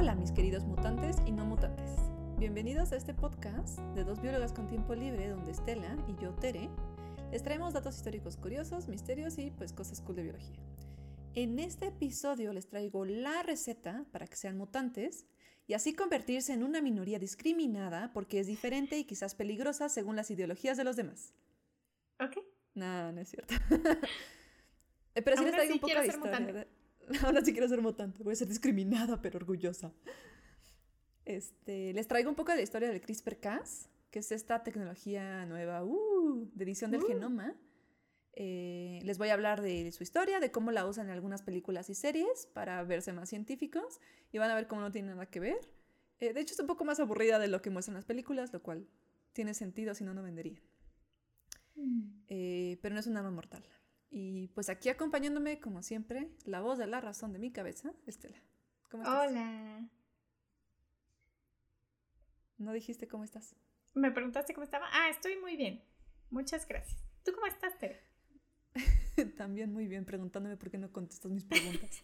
Hola mis queridos mutantes y no mutantes. Bienvenidos a este podcast de dos biólogas con tiempo libre donde Estela y yo, Tere, les traemos datos históricos curiosos, misterios y pues cosas cool de biología. En este episodio les traigo la receta para que sean mutantes y así convertirse en una minoría discriminada porque es diferente y quizás peligrosa según las ideologías de los demás. Ok. No es cierto. Pero sí les traigo un poco de historia. Ahora sí quiero ser mutante. Voy a ser discriminada pero orgullosa. Les traigo un poco de la historia del CRISPR-Cas, que es esta tecnología nueva de edición del genoma. Les voy a hablar de su historia, de cómo la usan en algunas películas y series para verse más científicos y van a ver cómo no tiene nada que ver. De hecho es un poco más aburrida de lo que muestran las películas, lo cual tiene sentido, si no, no venderían. Pero no es un arma mortal. Y pues aquí acompañándome, como siempre, la voz de la razón de mi cabeza, Estela. ¿Cómo estás? Hola. ¿No dijiste cómo estás? ¿Me preguntaste cómo estaba? Estoy muy bien. Muchas gracias. ¿Tú cómo estás, Tere? También muy bien, preguntándome por qué no contestas mis preguntas.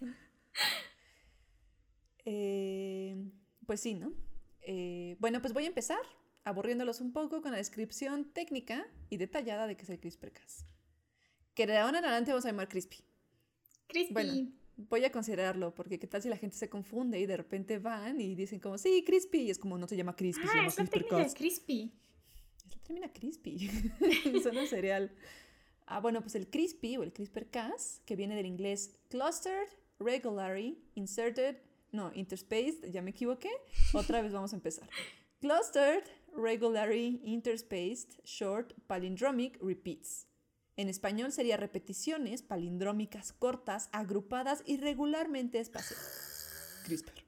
Pues sí, ¿no? Bueno, pues voy a empezar aburriéndolos un poco con la descripción técnica y detallada de qué es el CRISPR-Cas. Que de ahora en adelante vamos a llamar CRISPR. Crispy. Bueno, voy a considerarlo, porque qué tal si la gente se confunde y de repente van y dicen como, sí, CRISPR, y es como, no se llama CRISPR, se llama Es la técnica de CRISPR-Cas. Crispy. Es la termina crispy. Suena cereal. Bueno, pues el CRISPR o el CRISPR-Cas, que viene del inglés Clustered Regularly Interspaced, ya me equivoqué. Otra vez vamos a empezar. Clustered Regularly Interspaced Short Palindromic Repeats. En español sería repeticiones palindrómicas cortas, agrupadas y regularmente espaciadas. CRISPR.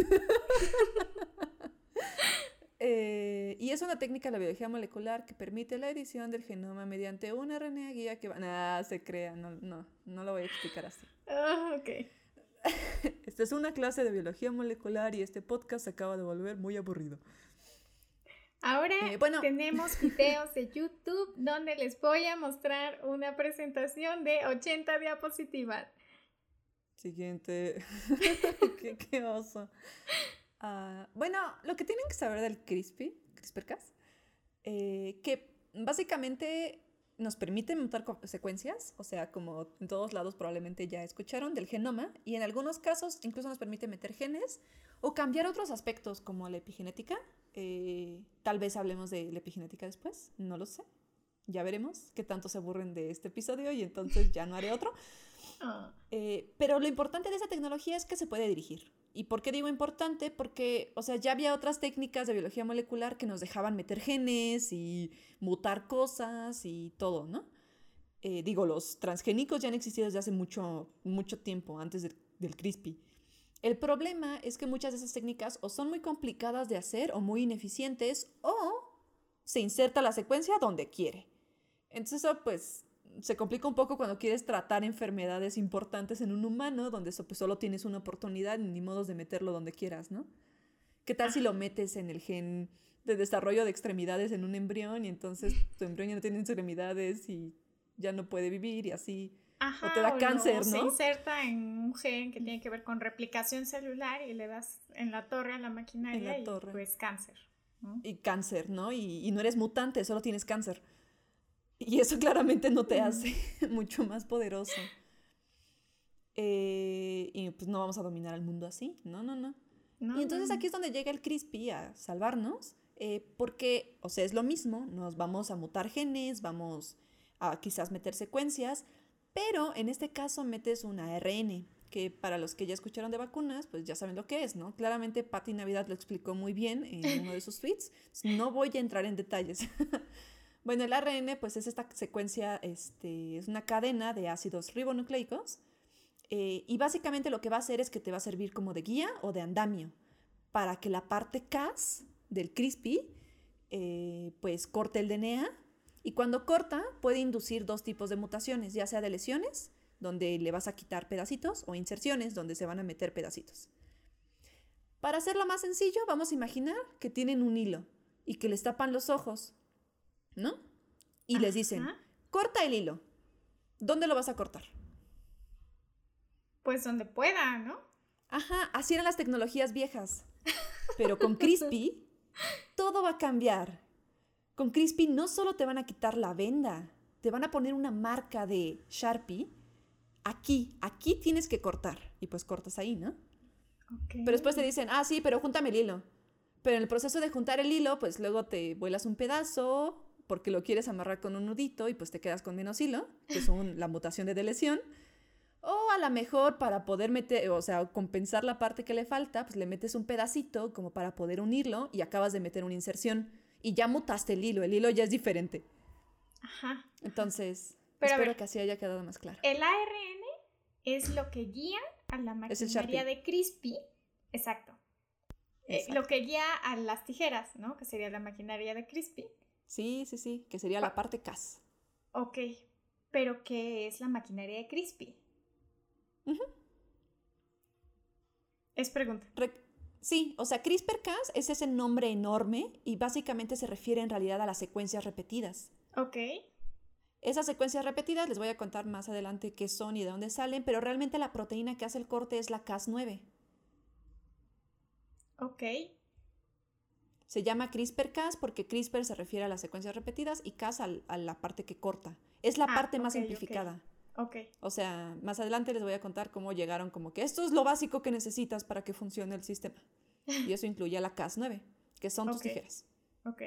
Y es una técnica de la biología molecular que permite la edición del genoma mediante una RNA guía que va... se crea, no lo voy a explicar así. Ok. Esta es una clase de biología molecular y este podcast se acaba de volver muy aburrido. Ahora tenemos videos de YouTube donde les voy a mostrar una presentación de 80 diapositivas. Siguiente. qué oso. Bueno, lo que tienen que saber del CRISPR-Cas, que básicamente nos permite mutar secuencias, o sea, como en todos lados probablemente ya escucharon, del genoma, y en algunos casos incluso nos permite meter genes o cambiar otros aspectos como la epigenética. Tal vez hablemos de la epigenética después, no lo sé. Ya veremos qué tanto se aburren de este episodio y entonces ya no haré otro. Pero lo importante de esa tecnología es que se puede dirigir. ¿Y por qué digo importante? Porque, o sea, ya había otras técnicas de biología molecular que nos dejaban meter genes y mutar cosas y todo, ¿no? Los transgénicos ya han existido desde hace mucho tiempo, antes del CRISPR. El problema es que muchas de esas técnicas o son muy complicadas de hacer o muy ineficientes o se inserta la secuencia donde quiere. Entonces eso pues se complica un poco cuando quieres tratar enfermedades importantes en un humano donde eso, pues, solo tienes una oportunidad y ni modos de meterlo donde quieras, ¿no? ¿Qué tal si lo metes en el gen de desarrollo de extremidades en un embrión y entonces tu embrión ya no tiene extremidades y ya no puede vivir y así? O te da cáncer, ¿no? Se inserta en un gen que tiene que ver con replicación celular y le das en la torre a la maquinaria y pues cáncer, ¿no? Y cáncer, ¿no? Y no eres mutante, solo tienes cáncer. Y eso claramente no te hace mucho más poderoso. Y pues no vamos a dominar el mundo así. No. Y entonces aquí es donde llega el CRISPR a salvarnos. Porque, o sea, es lo mismo. Nos vamos a mutar genes, vamos a quizás meter secuencias. Pero en este caso metes una ARN, que para los que ya escucharon de vacunas, pues ya saben lo que es, ¿no? Claramente Pati Navidad lo explicó muy bien en uno de sus tweets. No voy a entrar en detalles. Bueno, el ARN pues es esta secuencia, es una cadena de ácidos ribonucleicos y básicamente lo que va a hacer es que te va a servir como de guía o de andamio para que la parte Cas del CRISPR pues corte el DNA y cuando corta puede inducir dos tipos de mutaciones, ya sea de lesiones, donde le vas a quitar pedacitos, o inserciones, donde se van a meter pedacitos. Para hacerlo más sencillo, vamos a imaginar que tienen un hilo y que les tapan los ojos, ¿no? Y les dicen, corta el hilo. ¿Dónde lo vas a cortar? Pues donde pueda, ¿no? Ajá, así eran las tecnologías viejas. Pero con CRISPR, todo va a cambiar. Con CRISPR no solo te van a quitar la venda, te van a poner una marca de Sharpie. Aquí tienes que cortar. Y pues cortas ahí, ¿no? Okay. Pero después te dicen, sí, pero júntame el hilo. Pero en el proceso de juntar el hilo, pues luego te vuelas un pedazo porque lo quieres amarrar con un nudito y pues te quedas con menos hilo, que es la mutación de deleción. O a lo mejor para poder meter, o sea, compensar la parte que le falta, pues le metes un pedacito como para poder unirlo y acabas de meter una inserción y ya mutaste el hilo ya es diferente. Ajá. Entonces, espero que así haya quedado más claro. El ARN es lo que guía a la maquinaria de CRISPR. Exacto. Lo que guía a las tijeras, ¿no? Que sería la maquinaria de CRISPR. Sí, que sería la parte Cas. Ok, pero ¿qué es la maquinaria de CRISPR? Es pregunta. Sí, o sea, CRISPR-Cas es ese nombre enorme y básicamente se refiere en realidad a las secuencias repetidas. Ok. Esas secuencias repetidas les voy a contar más adelante qué son y de dónde salen, pero realmente la proteína que hace el corte es la Cas9. Ok. Se llama CRISPR-Cas porque CRISPR se refiere a las secuencias repetidas y Cas a la parte que corta. Es la parte más simplificada. Okay. O sea, más adelante les voy a contar cómo llegaron como que esto es lo básico que necesitas para que funcione el sistema. Y eso incluye a la Cas9, que son tus tijeras. Ok.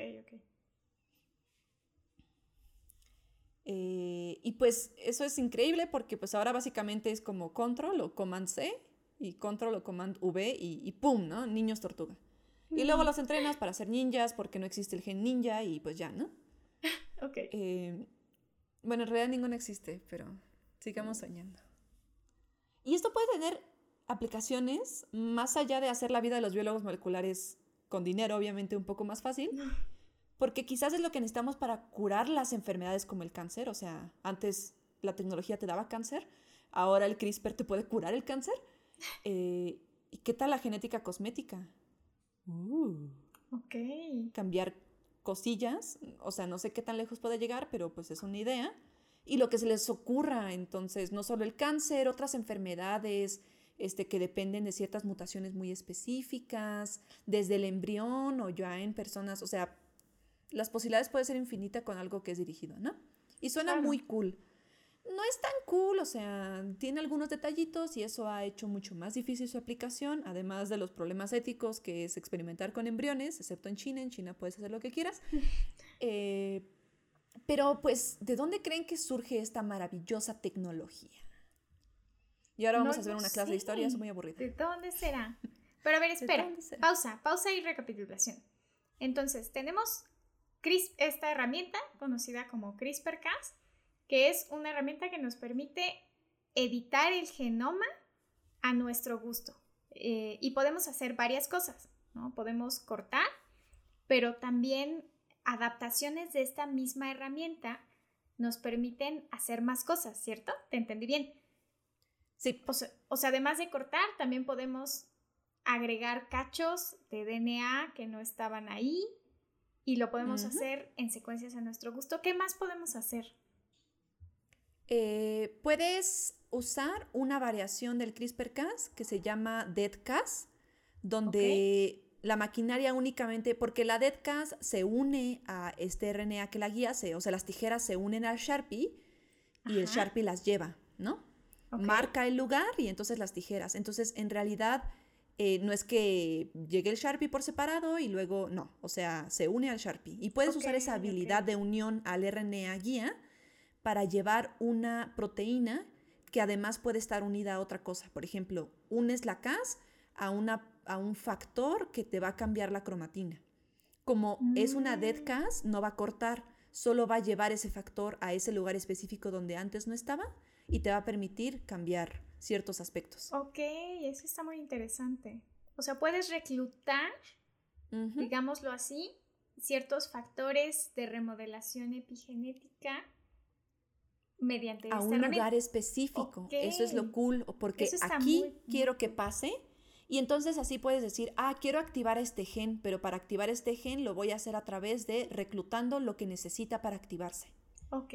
Y pues eso es increíble porque pues ahora básicamente es como Control o Command C y Control o Command V y ¡pum!, ¿no? Niños tortuga. Y luego los entrenas para ser ninjas porque no existe el gen ninja y pues ya, ¿no? Ok. Bueno, en realidad ninguno existe, pero sigamos soñando. Y esto puede tener aplicaciones más allá de hacer la vida de los biólogos moleculares con dinero, obviamente un poco más fácil, porque quizás es lo que necesitamos para curar las enfermedades como el cáncer. O sea, antes la tecnología te daba cáncer, ahora el CRISPR te puede curar el cáncer. ¿Y qué tal la genética cosmética? Ok. Cambiar cosillas, o sea, no sé qué tan lejos puede llegar, pero pues es una idea. Y lo que se les ocurra, entonces, no solo el cáncer, otras enfermedades que dependen de ciertas mutaciones muy específicas, desde el embrión o ya en personas, o sea, las posibilidades pueden ser infinitas con algo que es dirigido, ¿no? Y suena muy cool. No es tan cool, o sea, tiene algunos detallitos y eso ha hecho mucho más difícil su aplicación, además de los problemas éticos que es experimentar con embriones, excepto en China. En China puedes hacer lo que quieras. Pero pues, ¿de dónde creen que surge esta maravillosa tecnología? Y ahora vamos a hacer una clase de historia, es muy aburrida. ¿De dónde será? Pero a ver, espera, pausa y recapitulación. Entonces, tenemos esta herramienta conocida como CRISPR-Cas, que es una herramienta que nos permite editar el genoma a nuestro gusto. Y podemos hacer varias cosas, ¿no? Podemos cortar, pero también adaptaciones de esta misma herramienta nos permiten hacer más cosas, ¿cierto? ¿Te entendí bien? Sí. O sea, además de cortar, también podemos agregar cachos de DNA que no estaban ahí y lo podemos hacer en secuencias a nuestro gusto. ¿Qué más podemos hacer? Puedes usar una variación del CRISPR-Cas que se llama DED-Cas, donde la maquinaria únicamente, porque la DED-Cas se une a este RNA que la guía, o sea, las tijeras se unen al Sharpie y el Sharpie las lleva, ¿no? Marca el lugar y entonces las tijeras. Entonces, en realidad, no es que llegue el Sharpie por separado y luego, no, o sea, se une al Sharpie. Y puedes usar esa habilidad de unión al RNA guía para llevar una proteína que además puede estar unida a otra cosa. Por ejemplo, unes la Cas a un factor que te va a cambiar la cromatina. Como es una DED-Cas, no va a cortar, solo va a llevar ese factor a ese lugar específico donde antes no estaba y te va a permitir cambiar ciertos aspectos. Ok, eso está muy interesante. O sea, puedes reclutar, digámoslo así, ciertos factores de remodelación epigenética mediante a un lugar específico. Eso es lo cool, porque aquí quiero que pase. Y entonces así puedes decir, quiero activar este gen, pero para activar este gen lo voy a hacer a través de reclutando lo que necesita para activarse. Ok.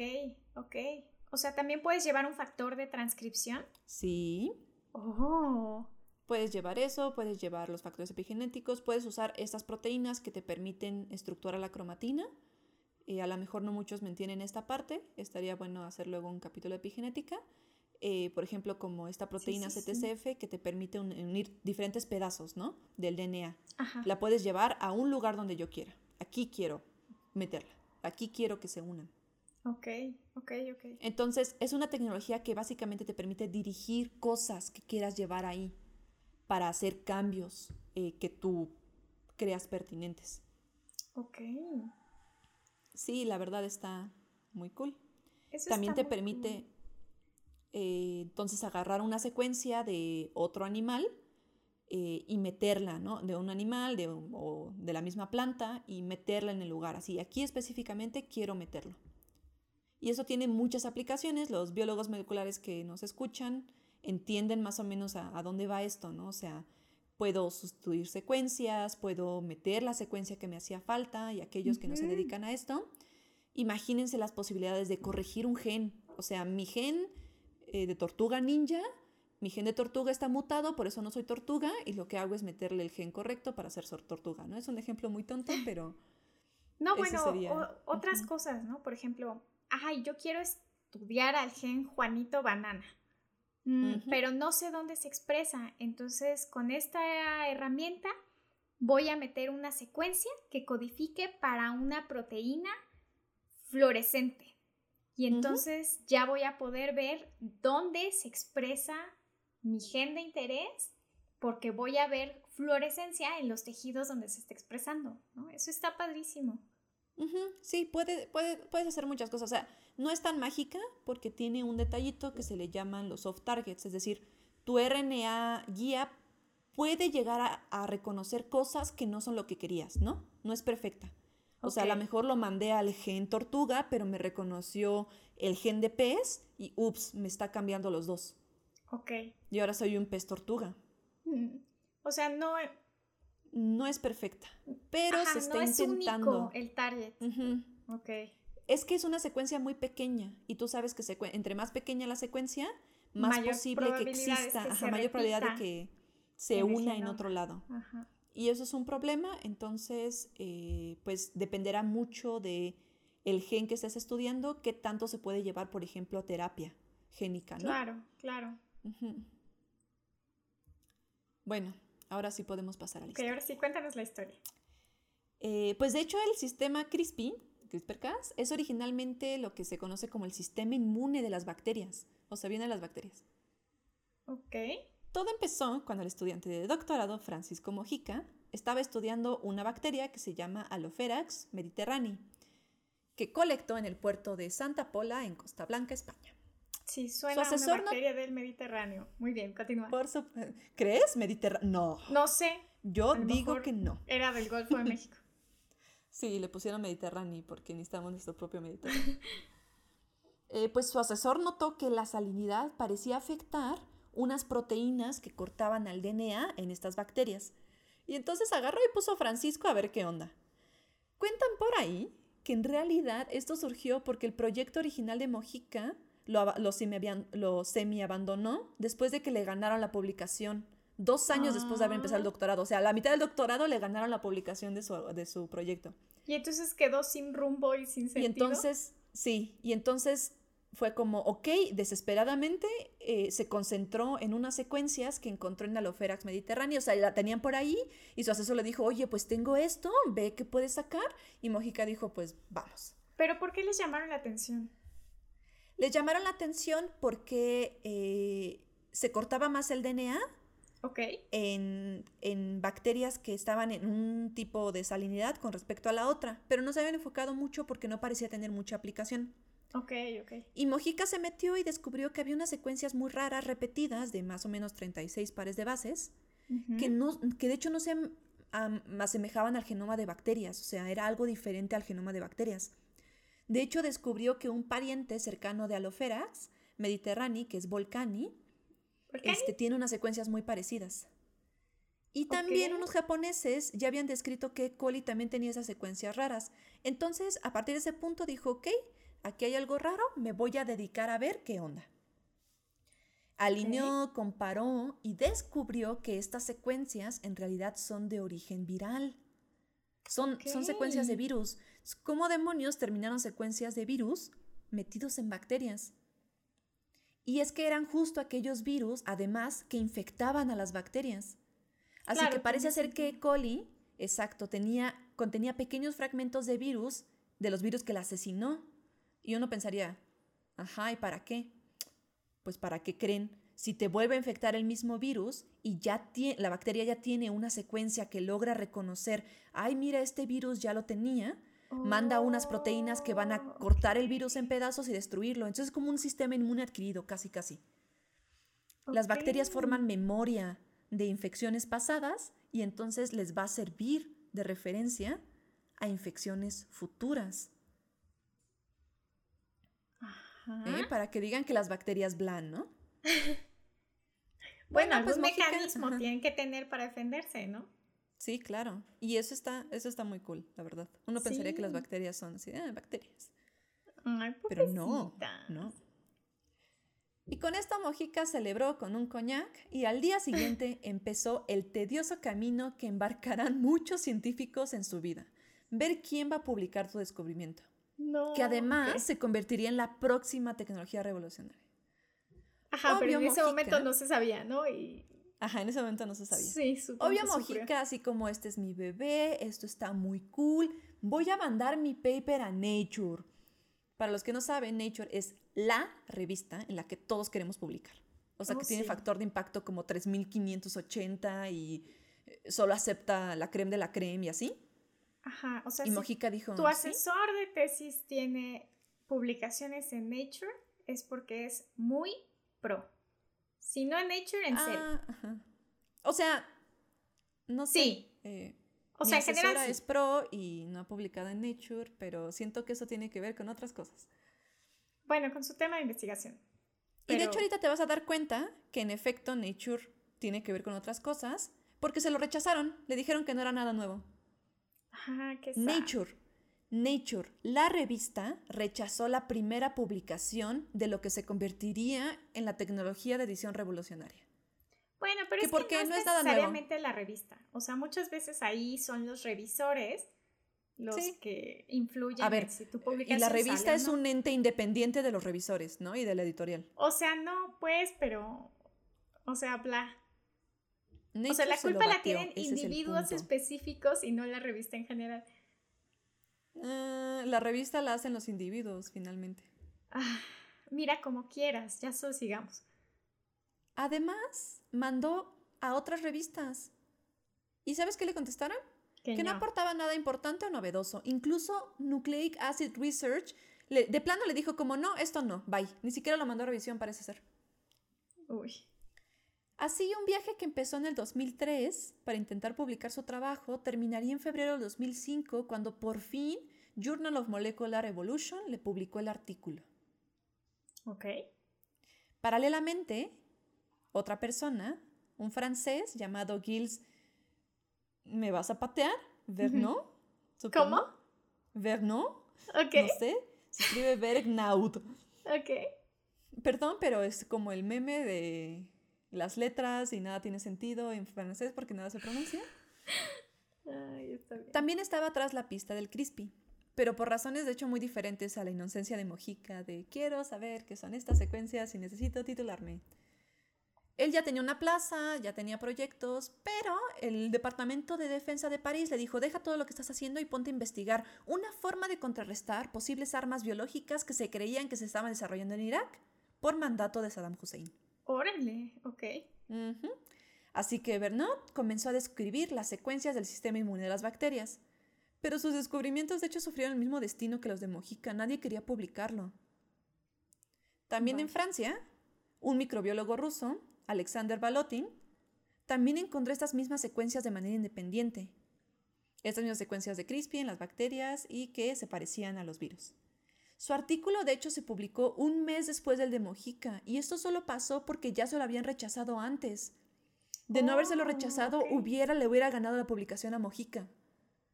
O sea, ¿también puedes llevar un factor de transcripción? Sí. Oh. Puedes llevar eso, puedes llevar los factores epigenéticos, puedes usar estas proteínas que te permiten estructurar la cromatina. A lo mejor no muchos me entienden esta parte, estaría bueno hacer luego un capítulo de epigenética. Por ejemplo, como esta proteína CTCF que te permite unir diferentes pedazos, ¿no? Del DNA. Ajá. La puedes llevar a un lugar donde yo quiera. Aquí quiero meterla, aquí quiero que se unan. Ok. Entonces, es una tecnología que básicamente te permite dirigir cosas que quieras llevar ahí para hacer cambios que tú creas pertinentes. Ok. Sí, la verdad está muy cool. Eso también está te muy permite, cool. Entonces, agarrar una secuencia de otro animal y meterla, ¿no? De un animal o de la misma planta y meterla en el lugar. Así, aquí específicamente quiero meterlo. Y eso tiene muchas aplicaciones. Los biólogos moleculares que nos escuchan entienden más o menos a dónde va esto, ¿no? O sea, puedo sustituir secuencias, puedo meter la secuencia que me hacía falta y aquellos que no se dedican a esto, imagínense las posibilidades de corregir un gen. O sea, mi gen de tortuga ninja, mi gen de tortuga está mutado, por eso no soy tortuga y lo que hago es meterle el gen correcto para ser tortuga, ¿no? Es un ejemplo muy tonto, pero... No, bueno, otras cosas, ¿no? Por ejemplo, yo quiero estudiar al gen Juanito Banana, pero no sé dónde se expresa. Entonces, con esta herramienta voy a meter una secuencia que codifique para una proteína fluorescente. Y entonces ya voy a poder ver dónde se expresa mi gen de interés, porque voy a ver fluorescencia en los tejidos donde se está expresando, ¿no? Eso está padrísimo. Sí, puedes hacer muchas cosas. O sea, no es tan mágica porque tiene un detallito que se le llaman los off targets, es decir, tu RNA guía puede llegar a reconocer cosas que no son lo que querías, ¿no? No es perfecta. O sea, a lo mejor lo mandé al gen tortuga, pero me reconoció el gen de pez y ups, me está cambiando los dos. Ok. Y ahora soy un pez tortuga. O sea, no es perfecta, pero se está intentando. No es único el target. Ok. Es que es una secuencia muy pequeña y tú sabes que entre más pequeña la secuencia, más mayor posible que exista, mayor probabilidad de que se una en otro lado. Ajá. Y eso es un problema, entonces pues dependerá mucho de el gen que estés estudiando, qué tanto se puede llevar, por ejemplo, a terapia génica, ¿no? Claro. Bueno, ahora sí podemos pasar a la historia. Ahora sí, cuéntanos la historia. Pues de hecho el sistema CRISPR-Cas, es originalmente lo que se conoce como el sistema inmune de las bacterias, o sea, viene de las bacterias. Ok. Todo empezó cuando el estudiante de doctorado Francisco Mojica estaba estudiando una bacteria que se llama Halopherax mediterranei, que colectó en el puerto de Santa Pola en Costa Blanca, España. Sí, suena a una bacteria del Mediterráneo. Muy bien, continúa. ¿Crees? No. No sé. Yo digo que no. Era del Golfo de México. Sí, le pusieron Mediterráneo porque necesitamos nuestro propio Mediterráneo. Pues su asesor notó que la salinidad parecía afectar unas proteínas que cortaban al DNA en estas bacterias. Y entonces agarró y puso a Francisco a ver qué onda. Cuentan por ahí que en realidad esto surgió porque el proyecto original de Mojica lo semi-abandonó después de que le ganaron la publicación. 2 años después de haber empezado el doctorado. O sea, a la mitad del doctorado le ganaron la publicación de su proyecto. Y entonces quedó sin rumbo y sin sentido. Y entonces fue como, ok, desesperadamente se concentró en unas secuencias que encontró en Halopherax mediterranei, o sea, la tenían por ahí y su asesor le dijo, oye, pues tengo esto, ve qué puedes sacar, y Mojica dijo, pues vamos. ¿Pero por qué les llamaron la atención? Les llamaron la atención porque se cortaba más el DNA en bacterias que estaban en un tipo de salinidad con respecto a la otra, pero no se habían enfocado mucho porque no parecía tener mucha aplicación. Ok. Y Mojica se metió y descubrió que había unas secuencias muy raras repetidas de más o menos 36 pares de bases que de hecho no se asemejaban al genoma de bacterias, o sea, era algo diferente al genoma de bacterias. De hecho, descubrió que un pariente cercano de Halopherax mediterranei, que es Volcani, tiene unas secuencias muy parecidas. Y también unos japoneses ya habían descrito que E. coli también tenía esas secuencias raras. Entonces, a partir de ese punto dijo, ok, aquí hay algo raro, me voy a dedicar a ver qué onda. Alineó, comparó y descubrió que estas secuencias en realidad son de origen viral. Son secuencias de virus. ¿Cómo demonios terminaron secuencias de virus metidos en bacterias? Y es que eran justo aquellos virus, además, que infectaban a las bacterias. Así que parece ser que E. coli, exacto, contenía pequeños fragmentos de virus, de los virus que la asesinó. Y uno pensaría, ajá, ¿y para qué? Pues ¿para qué creen? Si te vuelve a infectar el mismo virus y la bacteria ya tiene una secuencia que logra reconocer, ay, mira, este virus ya lo tenía, manda unas proteínas que van a cortar el virus en pedazos y destruirlo. Entonces es como un sistema inmune adquirido, casi. Las bacterias forman memoria de infecciones pasadas y entonces les va a servir de referencia a infecciones futuras. Para que digan que las bacterias blan, ¿no? Bueno, algún mecanismo tienen que tener para defenderse, ¿no? Sí, claro. Y eso está muy cool, la verdad. Uno pensaría que las bacterias son así, bacterias. Ay, pero no. Y con esta Mojica celebró con un coñac y al día siguiente empezó el tedioso camino que embarcarán muchos científicos en su vida. Ver quién va a publicar su descubrimiento. No, que además se convertiría en la próxima tecnología revolucionaria. Ajá, pero en ese momento no se sabía, ¿no? Ajá, en ese momento no se sabía. Sí, obvio Mojica, así como este es mi bebé, esto está muy cool, voy a mandar mi paper a Nature. Para los que no saben, Nature es la revista en la que todos queremos publicar. O sea, que tiene factor de impacto como 3580 y solo acepta la creme de la creme y así. Ajá, o sea, y Mojica dijo, tu asesor de tesis tiene publicaciones en Nature, es porque es muy pro. Si no en Nature, en Cell. Ajá. O sea, no sé. Sí. O sea, en general sí. Es pro y no ha publicado en Nature, pero siento que eso tiene que ver con otras cosas. Bueno, con su tema de investigación. Y de hecho ahorita te vas a dar cuenta que en efecto Nature tiene que ver con otras cosas, porque se lo rechazaron, le dijeron que no era nada nuevo. Qué Nature, la revista, rechazó la primera publicación de lo que se convertiría en la tecnología de edición revolucionaria. Bueno, pero es que no es necesariamente la revista. O sea, muchas veces ahí son los revisores los que influyen en si tu publicación y la revista es un ente independiente de los revisores, ¿no? Y de la editorial. O sea, no, pues, pero... O sea, bla. Nature, o sea, la culpa la tienen individuos específicos y no la revista en general. La revista la hacen los individuos, finalmente. Mira, como quieras, ya solo sigamos. Además, mandó a otras revistas. ¿Y sabes qué le contestaron? Que no aportaba nada importante o novedoso. Incluso Nucleic Acid Research de plano le dijo como, no, esto no, bye. Ni siquiera lo mandó a revisión, parece ser. Uy. Así, un viaje que empezó en el 2003 para intentar publicar su trabajo terminaría en febrero del 2005 cuando por fin Journal of Molecular Evolution le publicó el artículo. Ok. Paralelamente, otra persona, un francés llamado Gilles, ¿me vas a patear? Vernon, supongo. ¿Cómo? Vernon, ok. No sé, se escribe Vergnaud. Ok. Perdón, pero es como el meme de... las letras y nada tiene sentido en francés porque nada se pronuncia. Ay, está bien. También estaba atrás la pista del CRISPR, pero por razones de hecho muy diferentes a la inocencia de Mojica de quiero saber qué son estas secuencias y necesito titularme. Él ya tenía una plaza, ya tenía proyectos, pero el Departamento de Defensa de París le dijo, deja todo lo que estás haciendo y ponte a investigar una forma de contrarrestar posibles armas biológicas que se creían que se estaban desarrollando en Irak por mandato de Saddam Hussein. Órale, ok. Así que Bernard comenzó a describir las secuencias del sistema inmune de las bacterias. Pero sus descubrimientos de hecho sufrieron el mismo destino que los de Mojica. Nadie quería publicarlo. También en Francia, un microbiólogo ruso, Alexander Balotin, también encontró estas mismas secuencias de manera independiente. Estas mismas secuencias de CRISPR en las bacterias y que se parecían a los virus. Su artículo, de hecho, se publicó un mes después del de Mojica, y esto solo pasó porque ya se lo habían rechazado antes. De no habérselo rechazado, le hubiera ganado la publicación a Mojica.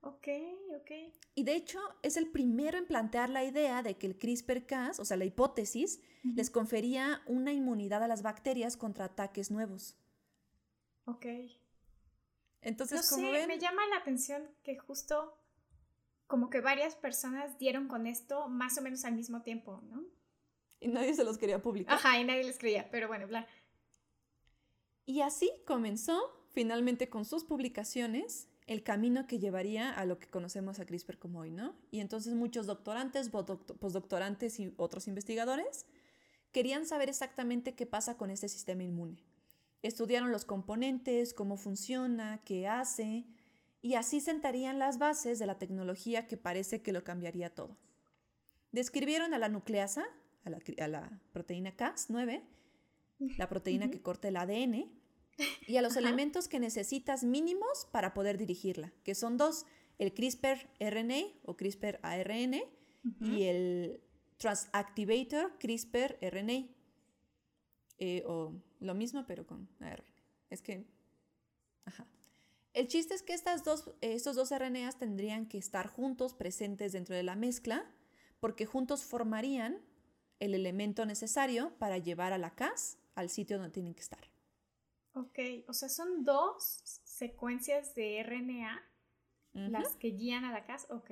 Ok. Y de hecho es el primero en plantear la idea de que el CRISPR-Cas, o sea, la hipótesis, les confería una inmunidad a las bacterias contra ataques nuevos. Ok. Entonces, no como sé, ven, me llama la atención que justo como que varias personas dieron con esto más o menos al mismo tiempo, ¿no? y nadie se los quería publicar. Ajá, y nadie les creía, pero bueno, bla. Y así comenzó, finalmente con sus publicaciones, el camino que llevaría a lo que conocemos a CRISPR como hoy, ¿no? Y entonces muchos doctorantes, postdoctorantes y otros investigadores querían saber exactamente qué pasa con este sistema inmune. Estudiaron los componentes, cómo funciona, qué hace, y así sentarían las bases de la tecnología que parece que lo cambiaría todo. Describieron a la nucleasa, a la proteína Cas9, la proteína que corta el ADN, y a los elementos que necesitas mínimos para poder dirigirla, que son dos, el CRISPR-RNA o CRISPR-ARN y el Transactivator CRISPR-RNA, o lo mismo pero con ARN. Es que, ajá. El chiste es que estos dos RNAs tendrían que estar juntos, presentes dentro de la mezcla, porque juntos formarían el elemento necesario para llevar a la Cas al sitio donde tienen que estar. Ok, o sea, son dos secuencias de RNA las que guían a la Cas. Ok.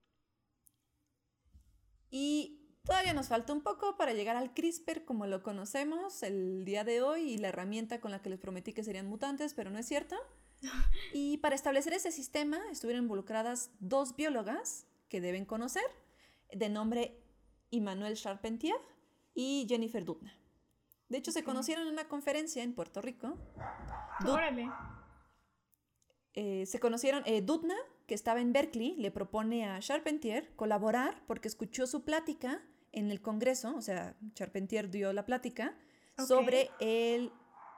Y todavía nos falta un poco para llegar al CRISPR como lo conocemos el día de hoy y la herramienta con la que les prometí que serían mutantes, pero no es cierto. Y para establecer ese sistema estuvieron involucradas dos biólogas que deben conocer, de nombre Emmanuelle Charpentier y Jennifer Doudna. De hecho, se conocieron en una conferencia en Puerto Rico. ¡Órale! Se conocieron, Doudna, que estaba en Berkeley, le propone a Charpentier colaborar porque escuchó su plática en el Congreso, o sea, Charpentier dio la plática sobre el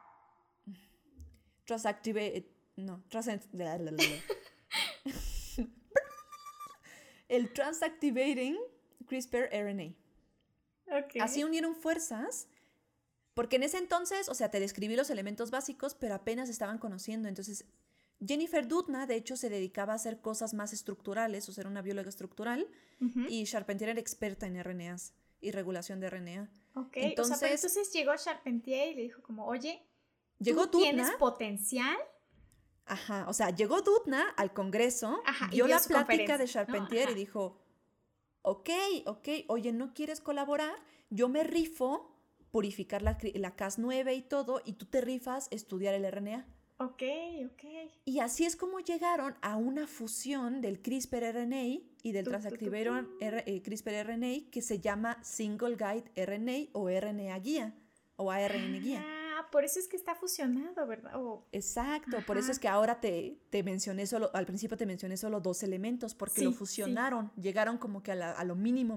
el Transactivating CRISPR-RNA. Okay. Así unieron fuerzas, porque en ese entonces, o sea, te describí los elementos básicos, pero apenas estaban conociendo. Entonces, Jennifer Doudna, de hecho, se dedicaba a hacer cosas más estructurales, o sea, era una bióloga estructural, y Charpentier era experta en RNAs y regulación de RNA. Ok, o sea, pero entonces llegó Charpentier y le dijo como, oye, ¿tú tienes potencial? Ajá, o sea, llegó Doudna al Congreso, dio la plática de Charpentier, ¿no? Y dijo, ok, oye, ¿no quieres colaborar? Yo me rifo purificar la Cas9 y todo, y tú te rifas estudiar el RNA. Ok. Y así es como llegaron a una fusión del CRISPR-RNA y del Transactivator CRISPR-RNA que se llama Single Guide RNA o RNA guía o ARN guía. Ah, por eso es que está fusionado, ¿verdad? Exacto, por eso es que ahora te mencioné solo, al principio te mencioné solo dos elementos, porque lo fusionaron, llegaron como que a lo mínimo.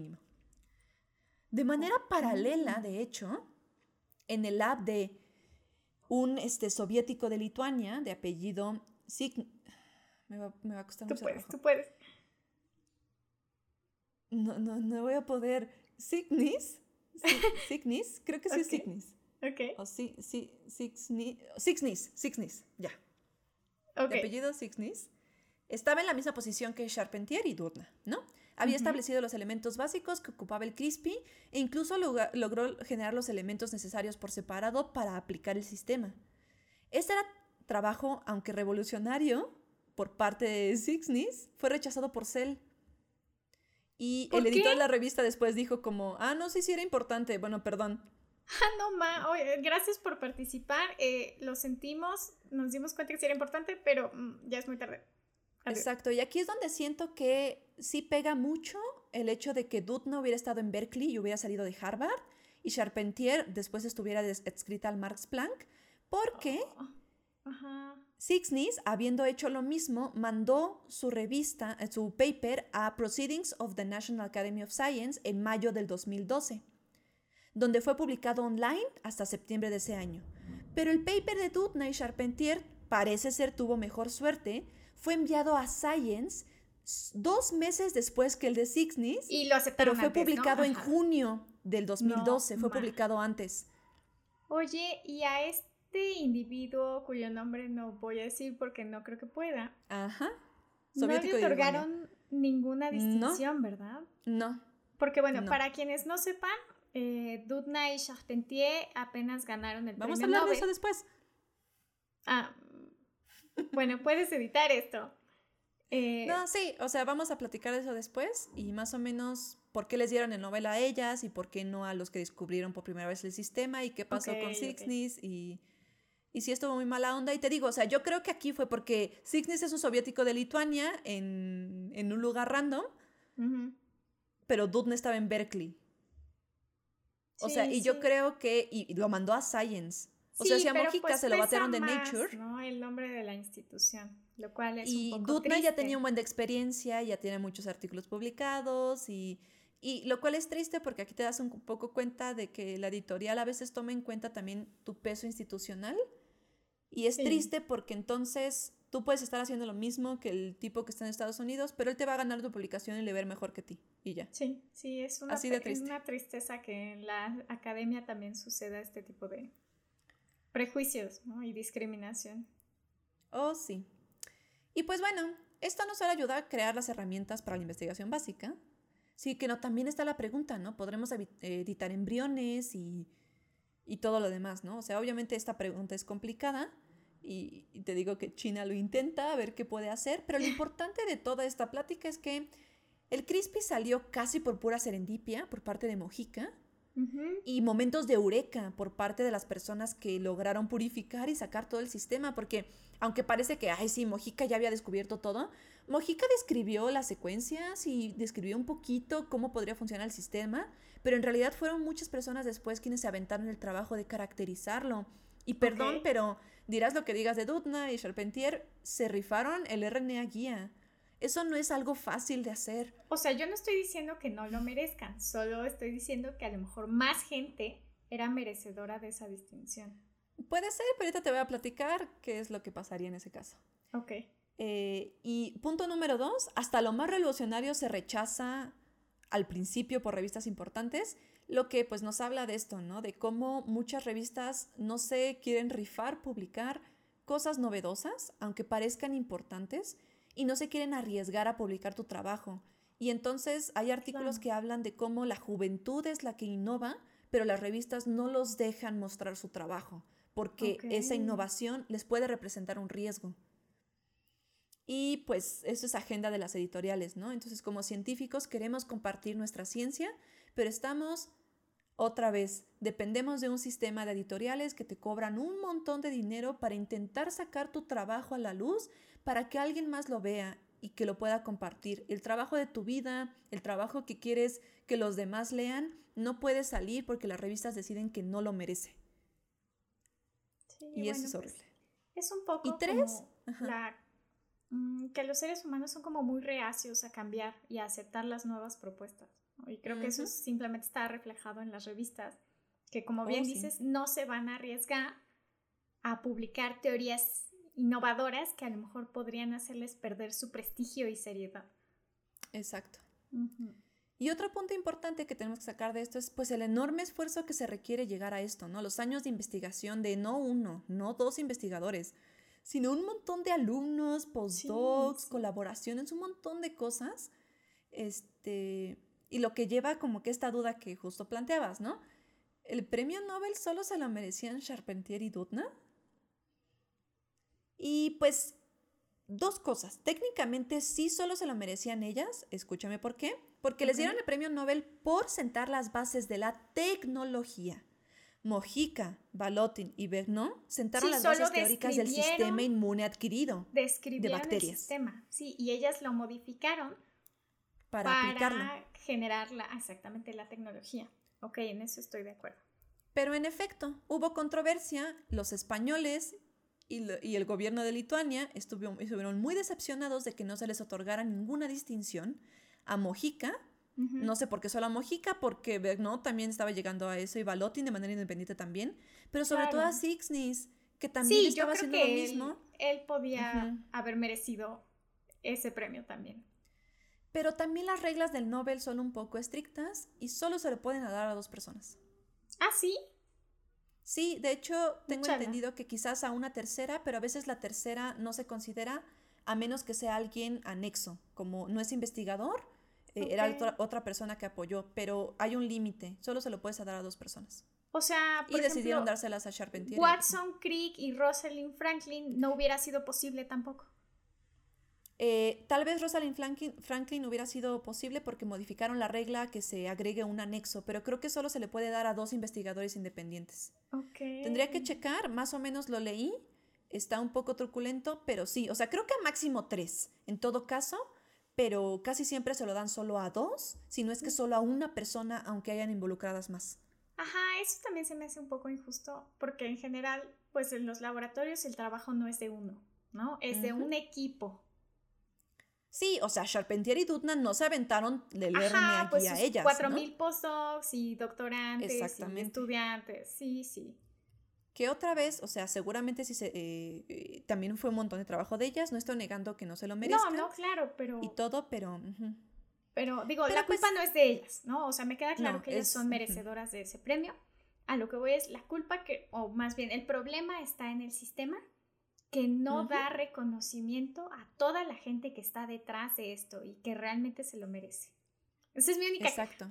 De manera paralela, de hecho, en el lab de un soviético de Lituania, de apellido me va a costar mucho trabajo. Tú puedes. No voy a poder. Cygnis, creo que sí es Cygnis. Ok. O Cygnis, ya. Okay. De apellido Cygnis. Estaba en la misma posición que Charpentier y Doudna, ¿no? Había establecido los elementos básicos que ocupaba el CRISPR e incluso logró generar los elementos necesarios por separado para aplicar el sistema. Este era trabajo, aunque revolucionario, por parte de Cygnis, fue rechazado por Cell. Y el editor de la revista después dijo como, no, sí era importante, bueno, perdón. Oye, gracias por participar, lo sentimos, nos dimos cuenta que sí era importante, pero ya es muy tarde. Adiós. Exacto, y aquí es donde siento que sí pega mucho el hecho de que Doudna hubiera estado en Berkeley y hubiera salido de Harvard y Charpentier después estuviera adscrita al Max Planck, porque Cygnis, habiendo hecho lo mismo, mandó su revista, su paper a Proceedings of the National Academy of Science en mayo del 2012, donde fue publicado online hasta septiembre de ese año. Pero el paper de Doudna y Charpentier parece ser tuvo mejor suerte. Fue enviado a Science 2 meses después que el de Cygnis. Y lo aceptaron pero fue publicado en junio del 2012. Fue publicado antes. Oye, y a este individuo cuyo nombre no voy a decir porque no creo que pueda. soviético no de le Lituania. otorgaron ninguna distinción, ¿verdad? No. Porque bueno, para quienes no sepan, Doudna y Charpentier apenas ganaron el premio Nobel. Vamos a hablar de eso después. Bueno, puedes editar esto. No, sí, o sea, vamos a platicar de eso después y más o menos por qué les dieron el Nobel a ellas y por qué no a los que descubrieron por primera vez el sistema y qué pasó con Cixnis y sí estuvo muy mala onda. Y te digo, o sea, yo creo que aquí fue porque Cixnis es un soviético de Lituania en un lugar random, pero Doudna estaba en Berkeley. O sea, y yo creo que y lo mandó a Science. O sea, si a Mojica pues se lo batearon de Nature. ¿No? El nombre de la institución, lo cual es y un poco Doudna triste. ya tenía un buen de experiencia, ya tiene muchos artículos publicados y lo cual es triste porque aquí te das un poco cuenta de que la editorial a veces toma en cuenta también tu peso institucional y es triste porque entonces tú puedes estar haciendo lo mismo que el tipo que está en Estados Unidos, pero él te va a ganar tu publicación y le va a ver mejor que ti y ya. Sí, es una, así de triste. Es una tristeza que en la academia también suceda este tipo de prejuicios, ¿no? Y discriminación. Oh, sí. Y pues bueno, esto nos va a ayudar a crear las herramientas para la investigación básica. Sí, que no, también está la pregunta, ¿no? ¿Podremos editar embriones y todo lo demás, ¿no? O sea, obviamente esta pregunta es complicada y te digo que China lo intenta a ver qué puede hacer, pero lo importante de toda esta plática es que el CRISPR salió casi por pura serendipia por parte de Mojica y momentos de eureka por parte de las personas que lograron purificar y sacar todo el sistema, porque aunque parece que, ay, sí, Mojica ya había descubierto todo, Mojica describió las secuencias y describió un poquito cómo podría funcionar el sistema, pero en realidad fueron muchas personas después quienes se aventaron el trabajo de caracterizarlo. Y perdón, pero dirás lo que digas de Doudna y Charpentier, se rifaron el RNA guía. Eso no es algo fácil de hacer. O sea, yo no estoy diciendo que no lo merezcan, solo estoy diciendo que a lo mejor más gente era merecedora de esa distinción. Puede ser, pero ahorita te voy a platicar qué es lo que pasaría en ese caso. Ok. Y punto número 2, hasta lo más revolucionario se rechaza al principio por revistas importantes, lo que pues nos habla de esto, ¿no? De cómo muchas revistas no se quieren rifar, publicar cosas novedosas, aunque parezcan importantes, y no se quieren arriesgar a publicar tu trabajo. Y entonces hay artículos que hablan de cómo la juventud es la que innova, pero las revistas no los dejan mostrar su trabajo, porque esa innovación les puede representar un riesgo. Y pues eso es agenda de las editoriales, ¿no? Entonces como científicos queremos compartir nuestra ciencia, pero estamos, otra vez, dependemos de un sistema de editoriales que te cobran un montón de dinero para intentar sacar tu trabajo a la luz para que alguien más lo vea y que lo pueda compartir. El trabajo de tu vida, el trabajo que quieres que los demás lean, no puede salir porque las revistas deciden que no lo merece. Sí, y bueno, eso es horrible. Pues, es un poco ¿Y 3? Que los seres humanos son como muy reacios a cambiar y a aceptar las nuevas propuestas, ¿no? Y creo que eso simplemente está reflejado en las revistas, que como bien dices, no se van a arriesgar a publicar teorías innovadoras que a lo mejor podrían hacerles perder su prestigio y seriedad. Exacto. Y otro punto importante que tenemos que sacar de esto es pues el enorme esfuerzo que se requiere llegar a esto, ¿no? Los años de investigación de no uno, no dos investigadores, sino un montón de alumnos, postdocs, colaboraciones, un montón de cosas. Y lo que lleva como que esta duda que justo planteabas, ¿no? ¿El premio Nobel solo se lo merecían Charpentier y Doudna? Y pues, dos cosas. Técnicamente sí solo se lo merecían ellas. Escúchame por qué. Porque les dieron el premio Nobel por sentar las bases de la tecnología. Mojica, Balotin y Vergnaud sentaron las bases teóricas del sistema inmune adquirido de bacterias. El sistema, sí, y ellas lo modificaron para aplicarlo. Generar exactamente la tecnología. Ok, en eso estoy de acuerdo. Pero en efecto, hubo controversia. Los españoles y el gobierno de Lituania estuvieron muy decepcionados de que no se les otorgara ninguna distinción a Mojica. No sé por qué solo a Mojica, porque Vergnaud también estaba llegando a eso y Balotin de manera independiente también, pero sobre todo a Cixnis, que también estaba haciendo lo mismo. Él podía haber merecido ese premio también. Pero también las reglas del Nobel son un poco estrictas y solo se le pueden dar a 2 personas. ¿Ah, sí? Sí, de hecho tengo entendido que quizás a una tercera, pero a veces la tercera no se considera a menos que sea alguien anexo, como no es investigador, era otra persona que apoyó, pero hay un límite, solo se lo puedes dar a 2 personas. O sea, por ejemplo, decidieron dárselas a Charpentier. Watson, Crick y Rosalind Franklin no hubiera sido posible tampoco. Tal vez Rosalind Franklin hubiera sido posible porque modificaron la regla que se agregue un anexo, pero creo que solo se le puede dar a 2 investigadores independientes. Okay. Tendría que checar, más o menos lo leí, está un poco truculento, pero sí, o sea, creo que a máximo 3 en todo caso, pero casi siempre se lo dan solo a 2, si no es que solo a una persona, aunque hayan involucradas más. Ajá, eso también se me hace un poco injusto, porque en general, pues en los laboratorios el trabajo no es de uno, ¿no? Es de un equipo. Sí, o sea, Charpentier y Doudna no se aventaron del RNA aquí pues a ellas, 4,000 postdocs y doctorantes y estudiantes, sí. Que otra vez, o sea, seguramente también fue un montón de trabajo de ellas, no estoy negando que no se lo merezcan. No, claro, pero... Y todo, pero... Pero digo, la culpa no es de ellas, ¿no? O sea, me queda claro que ellas son merecedoras de ese premio. A lo que voy es la culpa o más bien el problema está en el sistema que no da reconocimiento a toda la gente que está detrás de esto y que realmente se lo merece. Esa es mi única... Exacto.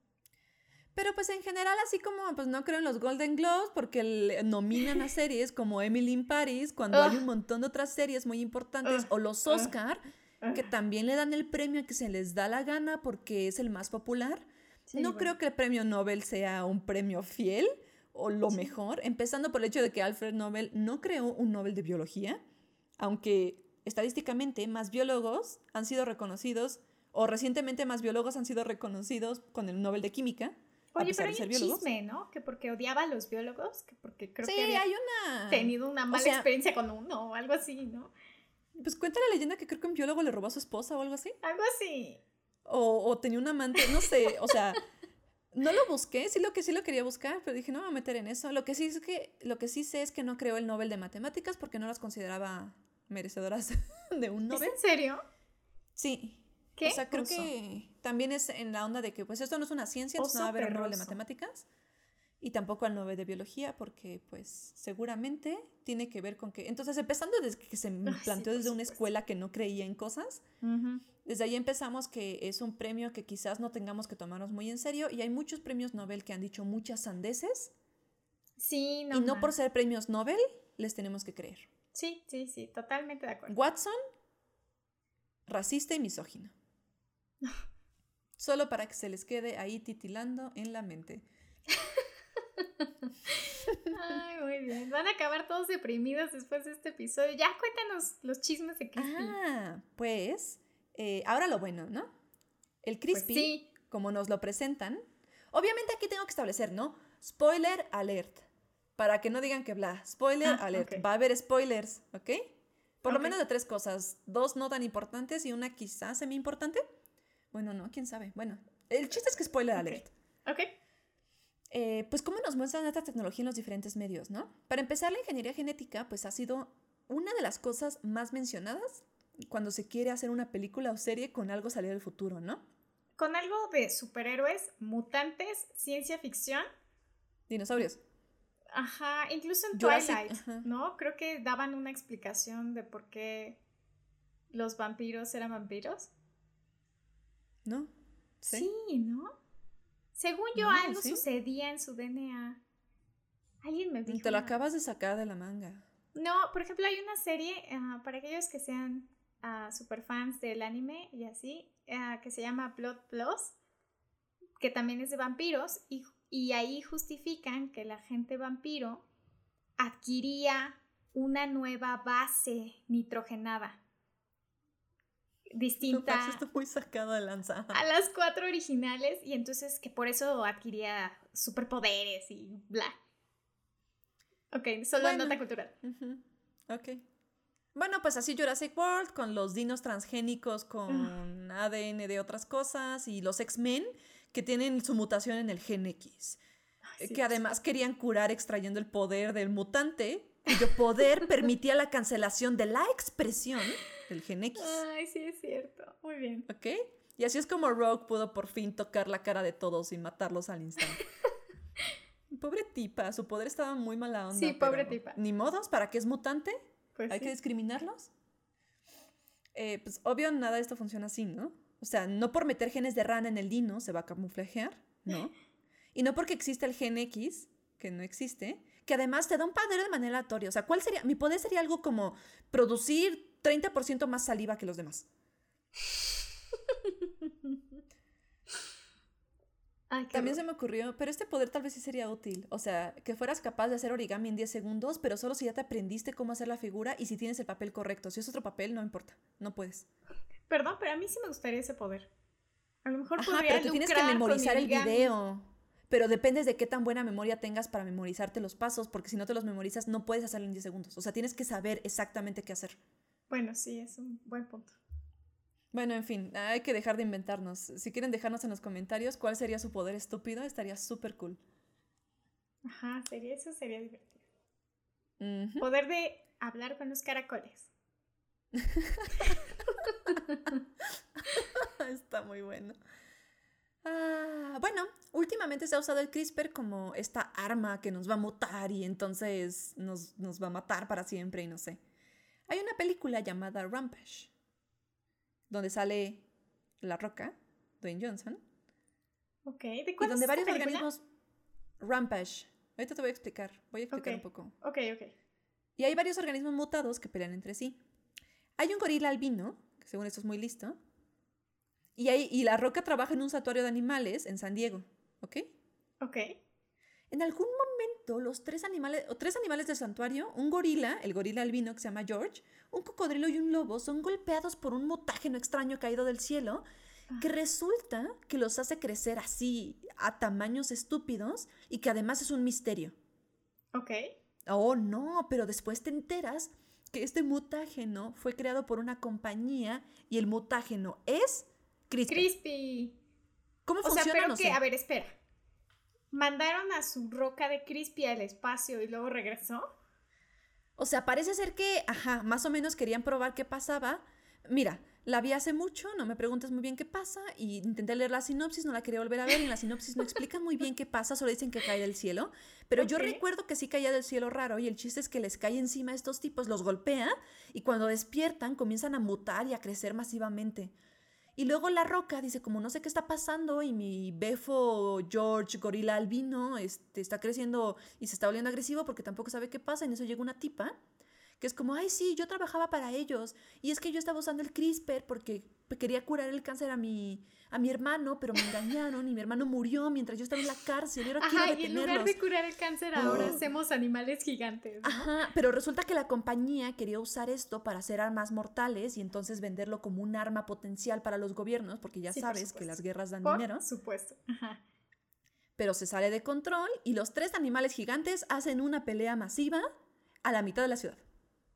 Pero pues en general, así como pues no creo en los Golden Globes porque nominan a series como Emily in Paris cuando hay un montón de otras series muy importantes o los Oscar que también le dan el premio a que se les da la gana porque es el más popular. Sí, no creo que el premio Nobel sea un premio fiel o lo mejor, empezando por el hecho de que Alfred Nobel no creó un Nobel de biología, aunque estadísticamente más biólogos han sido reconocidos o recientemente más biólogos han sido reconocidos con el Nobel de química. Oye, pero hay un chisme, ¿no? Que porque odiaba a los biólogos, que porque creo que había tenido una mala experiencia con uno o algo así, ¿no? Pues cuenta la leyenda que creo que un biólogo le robó a su esposa o algo así. Algo así. O tenía un amante, no sé, o sea, no lo busqué, sí lo quería buscar, pero dije, no me voy a meter en eso. Lo que sí sé es que no creó el Nobel de Matemáticas porque no las consideraba merecedoras de un Nobel. ¿Es en serio? Sí. ¿Qué? O sea, creo que también es en la onda de que pues esto no es una ciencia, entonces no va a haber un Nobel de Matemáticas y tampoco al Nobel de Biología porque pues seguramente tiene que ver con que... Entonces empezando desde que se planteó desde una escuela que no creía en cosas, desde ahí empezamos que es un premio que quizás no tengamos que tomarnos muy en serio y hay muchos premios Nobel que han dicho muchas sandeces. Sí, no. Y no por ser premios Nobel les tenemos que creer. Sí, totalmente de acuerdo. Watson, racista y misógino. Solo para que se les quede ahí titilando en la mente. Ay, muy bien. Van a acabar todos deprimidos después de este episodio. Ya cuéntanos los chismes de Crispy. Pues, ahora lo bueno, ¿no? El Crispy, pues sí, como nos lo presentan, obviamente aquí tengo que establecer, ¿no? Spoiler alert. Para que no digan que bla. Spoiler alert. Okay. Va a haber spoilers, ¿ok? Por lo menos de 3 cosas. 2 no tan importantes y una quizás semi importante. Bueno, no, quién sabe. Bueno, el chiste es que spoiler alert. Ok. Pues cómo nos muestran esta tecnología en los diferentes medios, ¿no? Para empezar, la ingeniería genética pues ha sido una de las cosas más mencionadas cuando se quiere hacer una película o serie con algo salido del futuro, ¿no? Con algo de superhéroes, mutantes, ciencia ficción. Dinosaurios. Ajá, incluso en Twilight, ¿no? Creo que daban una explicación de por qué los vampiros eran vampiros. ¿No? Sí, ¿no? Según yo, algo sucedía en su DNA. Alguien me dijo. Te lo acabas de sacar de la manga. No, por ejemplo, hay una serie, para aquellos que sean super fans del anime y así, que se llama Blood Plus, que también es de vampiros, y ahí justifican que la gente vampiro adquiría una nueva base nitrogenada. Distinta está muy sacado de lanza a las 4 originales y entonces que por eso adquiría superpoderes y bla. Ok, solo nota cultural. Ok. Bueno, pues así Jurassic World con los dinos transgénicos con ADN de otras cosas y los X-Men que tienen su mutación en el gen X. Que además querían curar extrayendo el poder del mutante, cuyo poder permitía la cancelación de la expresión del gen X. Ay, sí es cierto. Muy bien. ¿Ok? Y así es como Rogue pudo por fin tocar la cara de todos y matarlos al instante. Pobre tipa, su poder estaba muy mala onda. Sí, pobre tipa. Ni modos, ¿para qué es mutante? Pues ¿Hay que discriminarlos? Pues obvio nada de esto funciona así, ¿no? O sea, no por meter genes de rana en el dino se va a camuflajear, ¿no? Y no porque existe el gen X, que no existe, que además te da un poder de manera aleatoria. O sea, ¿cuál sería? Mi poder sería algo como producir 30% más saliva que los demás. Ay, También se me ocurrió, pero este poder tal vez sí sería útil. O sea, que fueras capaz de hacer origami en 10 segundos, pero solo si ya te aprendiste cómo hacer la figura y si tienes el papel correcto. Si es otro papel, no importa, no puedes. Perdón, pero a mí sí me gustaría ese poder. A lo mejor Ajá, podría pero te tienes que lucrar memorizar con el video. Pero dependes de qué tan buena memoria tengas para memorizarte los pasos, porque si no te los memorizas, no puedes hacerlo en 10 segundos. O sea, tienes que saber exactamente qué hacer. Bueno, sí, es un buen punto. Bueno, en fin, hay que dejar de inventarnos. Si quieren dejarnos en los comentarios cuál sería su poder estúpido, estaría súper cool. Ajá, eso sería divertido. Ujú. Poder de hablar con los caracoles. Está muy bueno. Bueno, últimamente se ha usado el CRISPR como esta arma que nos va a mutar y entonces nos va a matar para siempre y no sé. Hay una película llamada Rampage, donde sale La Roca, Dwayne Johnson, Ok, ¿de y cuál es donde esta varios película? organismos... Rampage. Ahorita te voy a explicar un poco. Ok. Y hay varios organismos mutados que pelean entre sí. Hay un gorila albino, que según esto es muy listo, y La Roca trabaja en un santuario de animales en San Diego, ¿ok? Ok. En algún momento, los tres animales del santuario, un gorila, el gorila albino que se llama George, un cocodrilo y un lobo, son golpeados por un mutágeno extraño caído del cielo que resulta que los hace crecer así a tamaños estúpidos y que además es un misterio. Ok. Oh, no, pero después te enteras que este mutágeno fue creado por una compañía y el mutágeno es CRISPR. Crispy. ¿Cómo O sea, funciona? pero No que, sé. a ver, espera. ¿Mandaron a su roca de Crispy al espacio y luego regresó? O sea, parece ser que, más o menos querían probar qué pasaba. Mira, la vi hace mucho, no me preguntas muy bien qué pasa, y intenté leer la sinopsis, no la quería volver a ver, y en la sinopsis no explican muy bien qué pasa, solo dicen que cae del cielo. Pero yo Ok. recuerdo que sí caía del cielo raro, y el chiste es que les cae encima a estos tipos, los golpea, y cuando despiertan comienzan a mutar y a crecer masivamente. Y luego La Roca dice, como no sé qué está pasando y mi befo George gorila albino está creciendo y se está volviendo agresivo porque tampoco sabe qué pasa. Y en eso llega una tipa que es como, ay, sí, yo trabajaba para ellos. Y es que yo estaba usando el CRISPR porque quería curar el cáncer a mi hermano, pero me engañaron y mi hermano murió mientras yo estaba en la cárcel y ahora quiero Ajá, y en lugar detenerlos. de curar el cáncer ahora hacemos animales gigantes, ¿no? Ajá, pero resulta que la compañía quería usar esto para hacer armas mortales y entonces venderlo como un arma potencial para los gobiernos, porque ya Sí, por sabes que supuesto. las guerras dan Por dinero. supuesto. Ajá. Pero se sale de control y los tres animales gigantes hacen una pelea masiva a la mitad de la ciudad.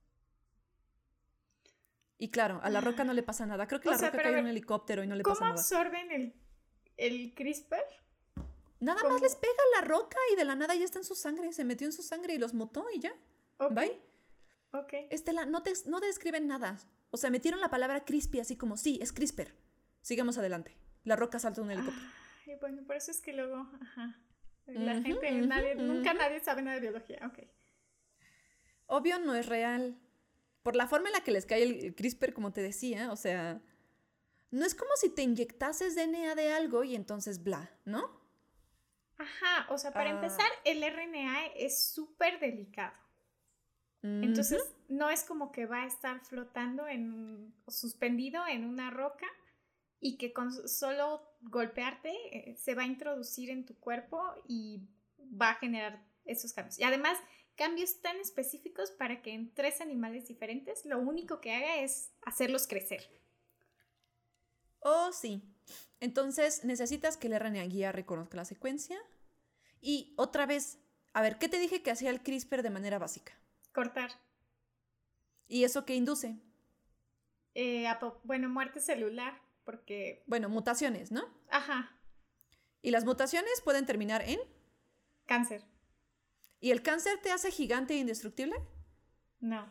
Y claro, a La Roca no le pasa nada. Creo que O La sea, Roca pero cae a en un ver, helicóptero y no le ¿cómo pasa nada. absorben el CRISPR? Nada ¿Cómo? más les pega a La Roca y de la nada ya está en su sangre. Se metió en su sangre y los mutó y ya. Ok. Bye. Ok. Estela, no te describen nada. O sea, metieron la palabra crispy así como, sí, es CRISPR. Sigamos adelante. La Roca salta de un helicóptero. Ay, bueno, por eso es que luego, la gente, nunca nadie sabe nada de biología. Ok. Obvio no es real. Por la forma en la que les cae el CRISPR, como te decía, o sea, no es como si te inyectases DNA de algo y entonces bla, ¿no? Ajá, o sea, para empezar, el RNA es súper delicado. Ujú. Entonces, no es como que va a estar flotando o suspendido en una roca y que con solo golpearte se va a introducir en tu cuerpo y va a generar esos cambios. Y además, cambios tan específicos para que en 3 animales diferentes lo único que haga es hacerlos crecer. Oh, sí. Entonces necesitas que el RNA guía reconozca la secuencia. Y otra vez, a ver, ¿qué te dije que hacía el CRISPR de manera básica? Cortar. ¿Y eso qué induce? Bueno, muerte celular, porque... Bueno, mutaciones, ¿no? Ajá, Y las mutaciones pueden terminar en... cáncer. ¿Y el cáncer te hace gigante e indestructible? No.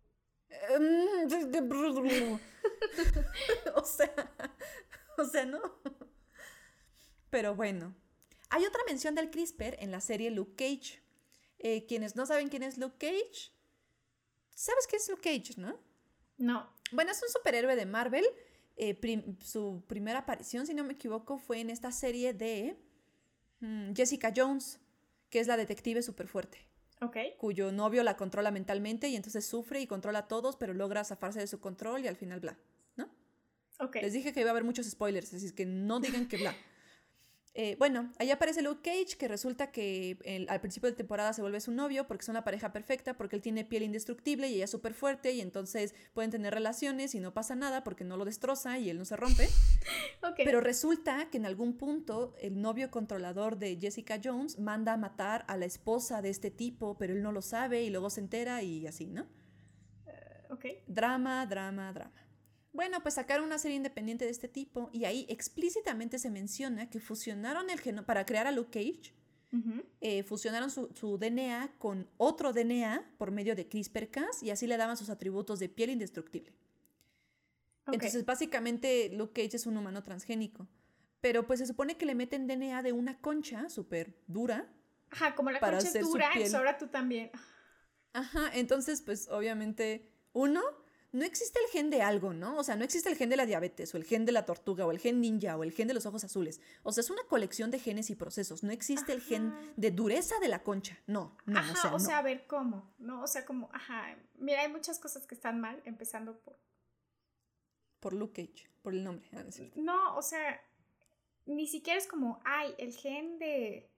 o sea, no. Pero bueno. Hay otra mención del CRISPR en la serie Luke Cage. Quienes no saben quién es Luke Cage, ¿sabes qué es Luke Cage, no? No. Bueno, es un superhéroe de Marvel. Su primera aparición, si no me equivoco, fue en esta serie de Jessica Jones, que es la detective súper fuerte. Ok. Cuyo novio la controla mentalmente y entonces sufre y controla a todos, pero logra zafarse de su control y al final bla, ¿no? Ok. Les dije que iba a haber muchos spoilers, así que no digan que bla. Bueno, ahí aparece Luke Cage, que resulta que al principio de temporada se vuelve su novio porque son la pareja perfecta, porque él tiene piel indestructible y ella es súper fuerte y entonces pueden tener relaciones y no pasa nada porque no lo destroza y él no se rompe. Okay. Pero resulta que en algún punto el novio controlador de Jessica Jones manda a matar a la esposa de este tipo, pero él no lo sabe y luego se entera y así, ¿no? Ok. Drama, drama, drama. Bueno, pues sacaron una serie independiente de este tipo y ahí explícitamente se menciona que fusionaron el genoma para crear a Luke Cage. Fusionaron su DNA con otro DNA por medio de CRISPR-Cas y así le daban sus atributos de piel indestructible. Okay. Entonces, básicamente, Luke Cage es un humano transgénico. Pero pues se supone que le meten DNA de una concha súper dura. Ajá, como la concha es dura, entonces ahora tú también. Ajá, entonces, pues obviamente, no existe el gen de algo, ¿no? O sea, no existe el gen de la diabetes, o el gen de la tortuga, o el gen ninja, o el gen de los ojos azules. O sea, es una colección de genes y procesos. No existe el gen de dureza de la concha. No. Ajá, o sea, a ver, ¿cómo? No, o sea, como, mira, hay muchas cosas que están mal, empezando por Luke Cage, por el nombre. No, o sea, ni siquiera es como, el gen de,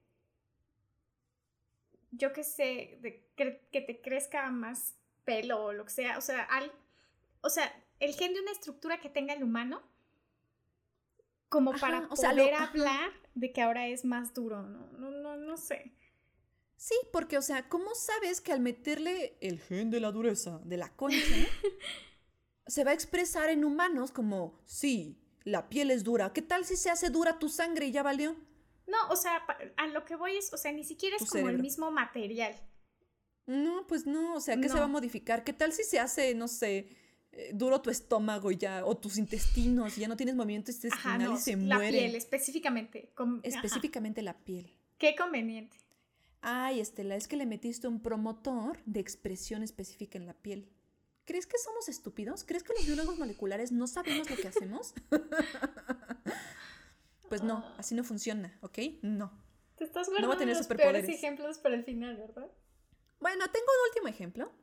yo qué sé, de que te crezca más pelo o lo que sea, o sea, el gen de una estructura que tenga el humano, como para poder hablar de que ahora es más duro, no sé. Sí, porque, o sea, ¿cómo sabes que al meterle el gen de la dureza de la concha se va a expresar en humanos como, sí, la piel es dura? ¿Qué tal si se hace dura tu sangre y ya valió? No, o sea, a lo que voy es, o sea, ni siquiera es como el mismo material. No, pues no, o sea, ¿qué se va a modificar? ¿Qué tal si se hace, no sé, duro tu estómago y ya, o tus intestinos y ya no tienes movimiento intestinal y se muere? La piel, específicamente. Específicamente la piel. Qué conveniente. Ay, Estela, es que le metiste un promotor de expresión específica en la piel. ¿Crees que somos estúpidos? ¿Crees que los biólogos moleculares no sabemos lo que hacemos? Pues no, así no funciona, ¿ok? No. Te estás guardando los peores ejemplos para el final, ¿verdad? Bueno, tengo un último ejemplo.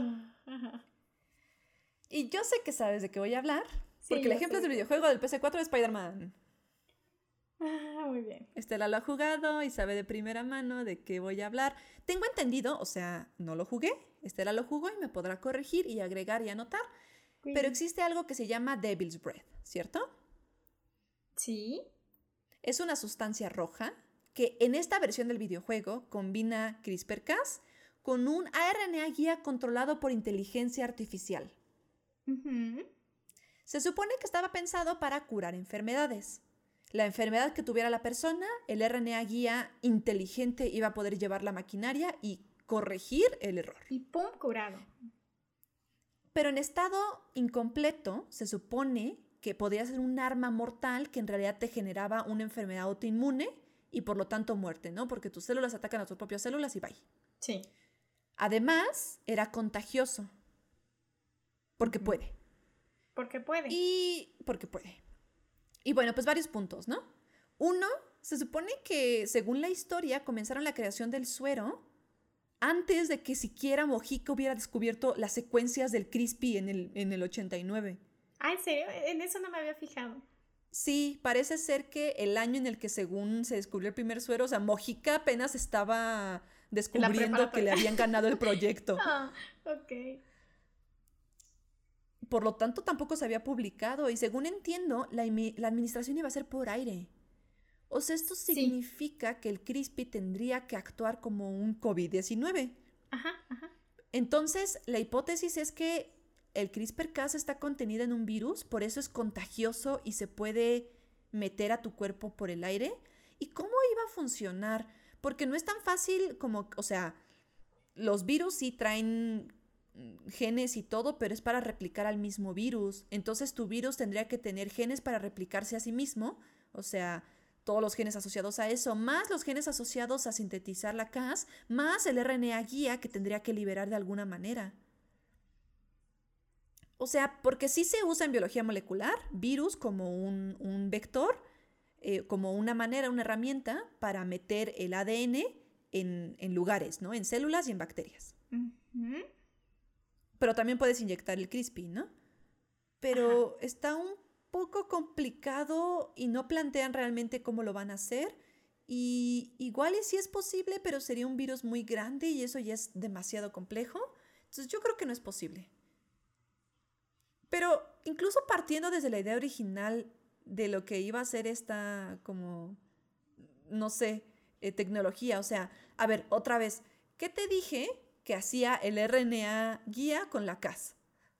Y yo sé que sabes de qué voy a hablar, porque el ejemplo es del videojuego del PS4 de Spider-Man. Muy bien. Estela lo ha jugado y sabe de primera mano de qué voy a hablar. Tengo entendido, o sea, no lo jugué. Estela lo jugó y me podrá corregir y agregar y anotar. Pero existe algo que se llama Devil's Breath, ¿cierto? Sí. Es una sustancia roja que en esta versión del videojuego combina CRISPR-Cas con un ARNA guía controlado por inteligencia artificial. Se supone que estaba pensado para curar enfermedades. La enfermedad que tuviera la persona, el RNA guía inteligente iba a poder llevar la maquinaria y corregir el error. Y ¡pum! Curado. Pero en estado incompleto, se supone que podía ser un arma mortal que en realidad te generaba una enfermedad autoinmune y por lo tanto muerte, ¿no? Porque tus células atacan a tus propias células y bye. Sí. Además, era contagioso. Porque puede. Porque puede. Y porque puede. Y bueno, pues varios puntos, ¿no? Uno, se supone que según la historia comenzaron la creación del suero antes de que siquiera Mojica hubiera descubierto las secuencias del CRISPR en el 89. ¿En serio? En eso no me había fijado. Sí, parece ser que el año en el que según se descubrió el primer suero, o sea, Mojica apenas estaba descubriendo que le habían ganado el proyecto. Ok. Por lo tanto, tampoco se había publicado y según entiendo, la administración iba a ser por aire. O sea, esto significa que el CRISPR tendría que actuar como un COVID-19. Ajá. Entonces, la hipótesis es que el CRISPR-Cas está contenido en un virus, por eso es contagioso y se puede meter a tu cuerpo por el aire. ¿Y cómo iba a funcionar? Porque no es tan fácil como, o sea, los virus sí traen genes y todo, pero es para replicar al mismo virus. Entonces tu virus tendría que tener genes para replicarse a sí mismo, o sea, todos los genes asociados a eso, más los genes asociados a sintetizar la Cas, más el RNA guía que tendría que liberar de alguna manera. O sea, porque sí se usa en biología molecular, virus como un vector, como una manera, una herramienta para meter el ADN en lugares, ¿no? En células y en bacterias. Ujú. Pero también puedes inyectar el CRISPR, ¿no? Pero está un poco complicado y no plantean realmente cómo lo van a hacer. Y igual y sí es posible, pero sería un virus muy grande y eso ya es demasiado complejo. Entonces yo creo que no es posible. Pero incluso partiendo desde la idea original de lo que iba a ser esta como, no sé, tecnología. O sea, a ver, otra vez, ¿qué te dije que hacía el RNA guía con la Cas?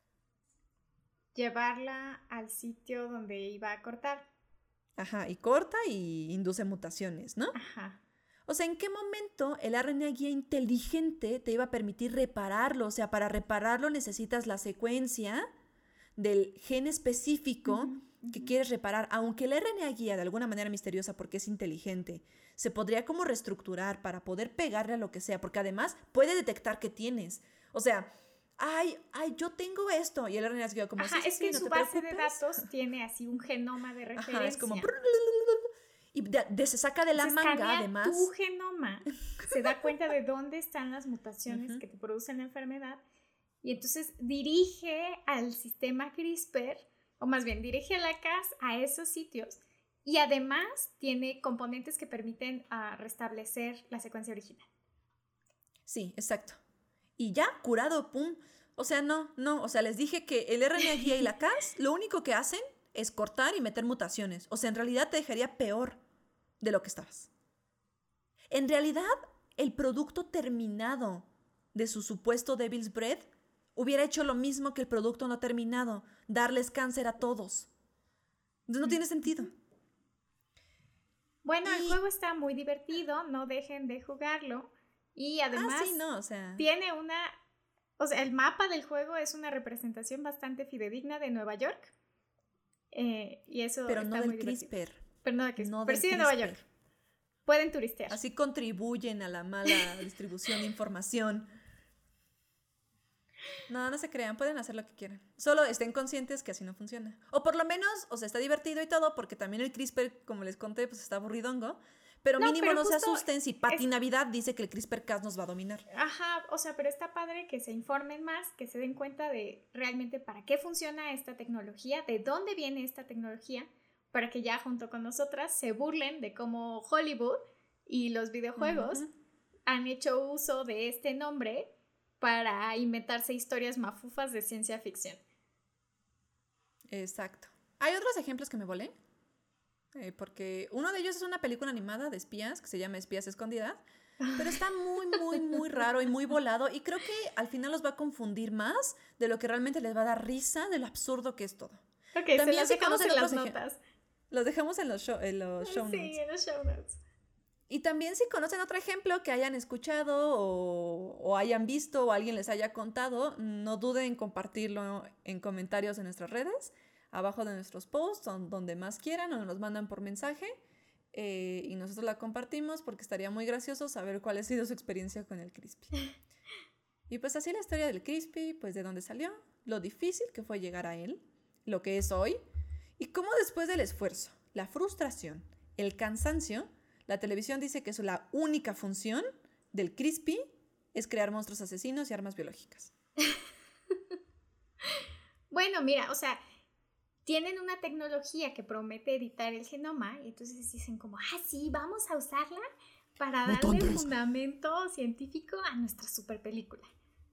Llevarla al sitio donde iba a cortar. Ajá, y corta y induce mutaciones, ¿no? Ajá. O sea, ¿en qué momento el RNA guía inteligente te iba a permitir repararlo? O sea, para repararlo necesitas la secuencia del gen específico que quieres reparar, aunque el RNA guía de alguna manera misteriosa porque es inteligente, se podría como reestructurar para poder pegarle a lo que sea, porque además puede detectar que tienes. O sea, ay, yo tengo esto, y el RNA guía como, Ajá, sí, es que en no su te base de preocupes. datos tiene así un genoma de Ajá, es como... referencia. Y se saca de la Se manga, escanea tu además. genoma, se da cuenta de dónde están las mutaciones que te producen la enfermedad y entonces dirige al sistema CRISPR, o más bien dirige a la Cas a esos sitios y además tiene componentes que permiten restablecer la secuencia original. Sí, exacto. Y ya, curado, pum. O sea, no. O sea, les dije que el RNA guía y la Cas lo único que hacen es cortar y meter mutaciones. O sea, en realidad te dejaría peor de lo que estabas. En realidad, el producto terminado de su supuesto Devil's Breath hubiera hecho lo mismo que el producto no terminado, darles cáncer a todos. Entonces no tiene sentido. Bueno, el juego está muy divertido, no dejen de jugarlo. Y además sí, no, o sea... tiene una... O sea, el mapa del juego es una representación bastante fidedigna de Nueva York. Y eso pero está no muy del divertido. CRISPR. Pero no de CRISPR. No Pero del sí de Nueva York. Pueden turistear. Así contribuyen a la mala distribución de información. No se crean, pueden hacer lo que quieran. Solo estén conscientes que así no funciona. O por lo menos, o sea, está divertido y todo, porque también el CRISPR, como les conté, pues está aburridongo. Pero mínimo no se asusten si Pati Navidad dice que el CRISPR-Cas nos va a dominar. Ajá, o sea, pero está padre que se informen más, que se den cuenta de realmente para qué funciona esta tecnología, de dónde viene esta tecnología, para que ya junto con nosotras se burlen de cómo Hollywood y los videojuegos han hecho uso de este nombre para inventarse historias mafufas de ciencia ficción. Exacto. Hay otros ejemplos que me volé. Porque uno de ellos es una película animada de espías que se llama Espías Escondidas, pero está muy raro y muy volado y creo que al final los va a confundir más de lo que realmente les va a dar risa de lo absurdo que es todo. Ok, también se las dejamos en las notas. Los dejamos en los show notes. Sí, en los show notes. Y también si conocen otro ejemplo que hayan escuchado o hayan visto o alguien les haya contado, no duden en compartirlo en comentarios en nuestras redes, abajo de nuestros posts, donde más quieran, o nos mandan por mensaje y nosotros la compartimos porque estaría muy gracioso saber cuál ha sido su experiencia con el CRISPR. Y pues así la historia del CRISPR, pues de dónde salió, lo difícil que fue llegar a él, lo que es hoy, y cómo después del esfuerzo, la frustración, el cansancio, la televisión dice que eso, la única función del CRISPR es crear monstruos asesinos y armas biológicas. Bueno, mira, o sea, tienen una tecnología que promete editar el genoma y entonces dicen como, sí, vamos a usarla para darle fundamento científico a nuestra super película.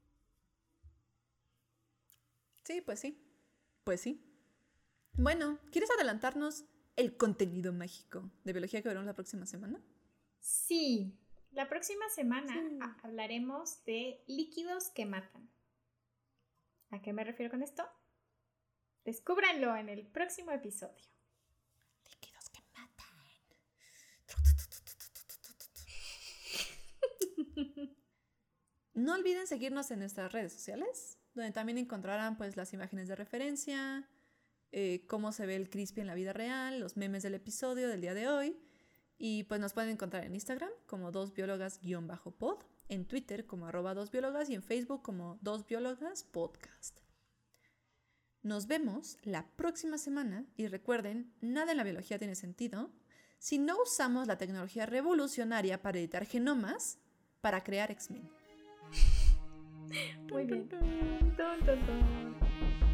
Sí, pues sí. Pues sí. Bueno, ¿quieres adelantarnos el contenido mágico de biología que veremos la próxima semana? Sí, la próxima semana hablaremos de líquidos que matan. ¿A qué me refiero con esto? Descúbranlo en el próximo episodio. Líquidos que matan. No olviden seguirnos en nuestras redes sociales, donde también encontrarán pues las imágenes de referencia, cómo se ve el CRISPR en la vida real, los memes del episodio del día de hoy. Y pues nos pueden encontrar en Instagram como 2biólogas_pod, en Twitter como @2biólogas y en Facebook como 2biólogas podcast. Nos vemos la próxima semana y recuerden, nada en la biología tiene sentido si no usamos la tecnología revolucionaria para editar genomas para crear X-Men. Muy bien.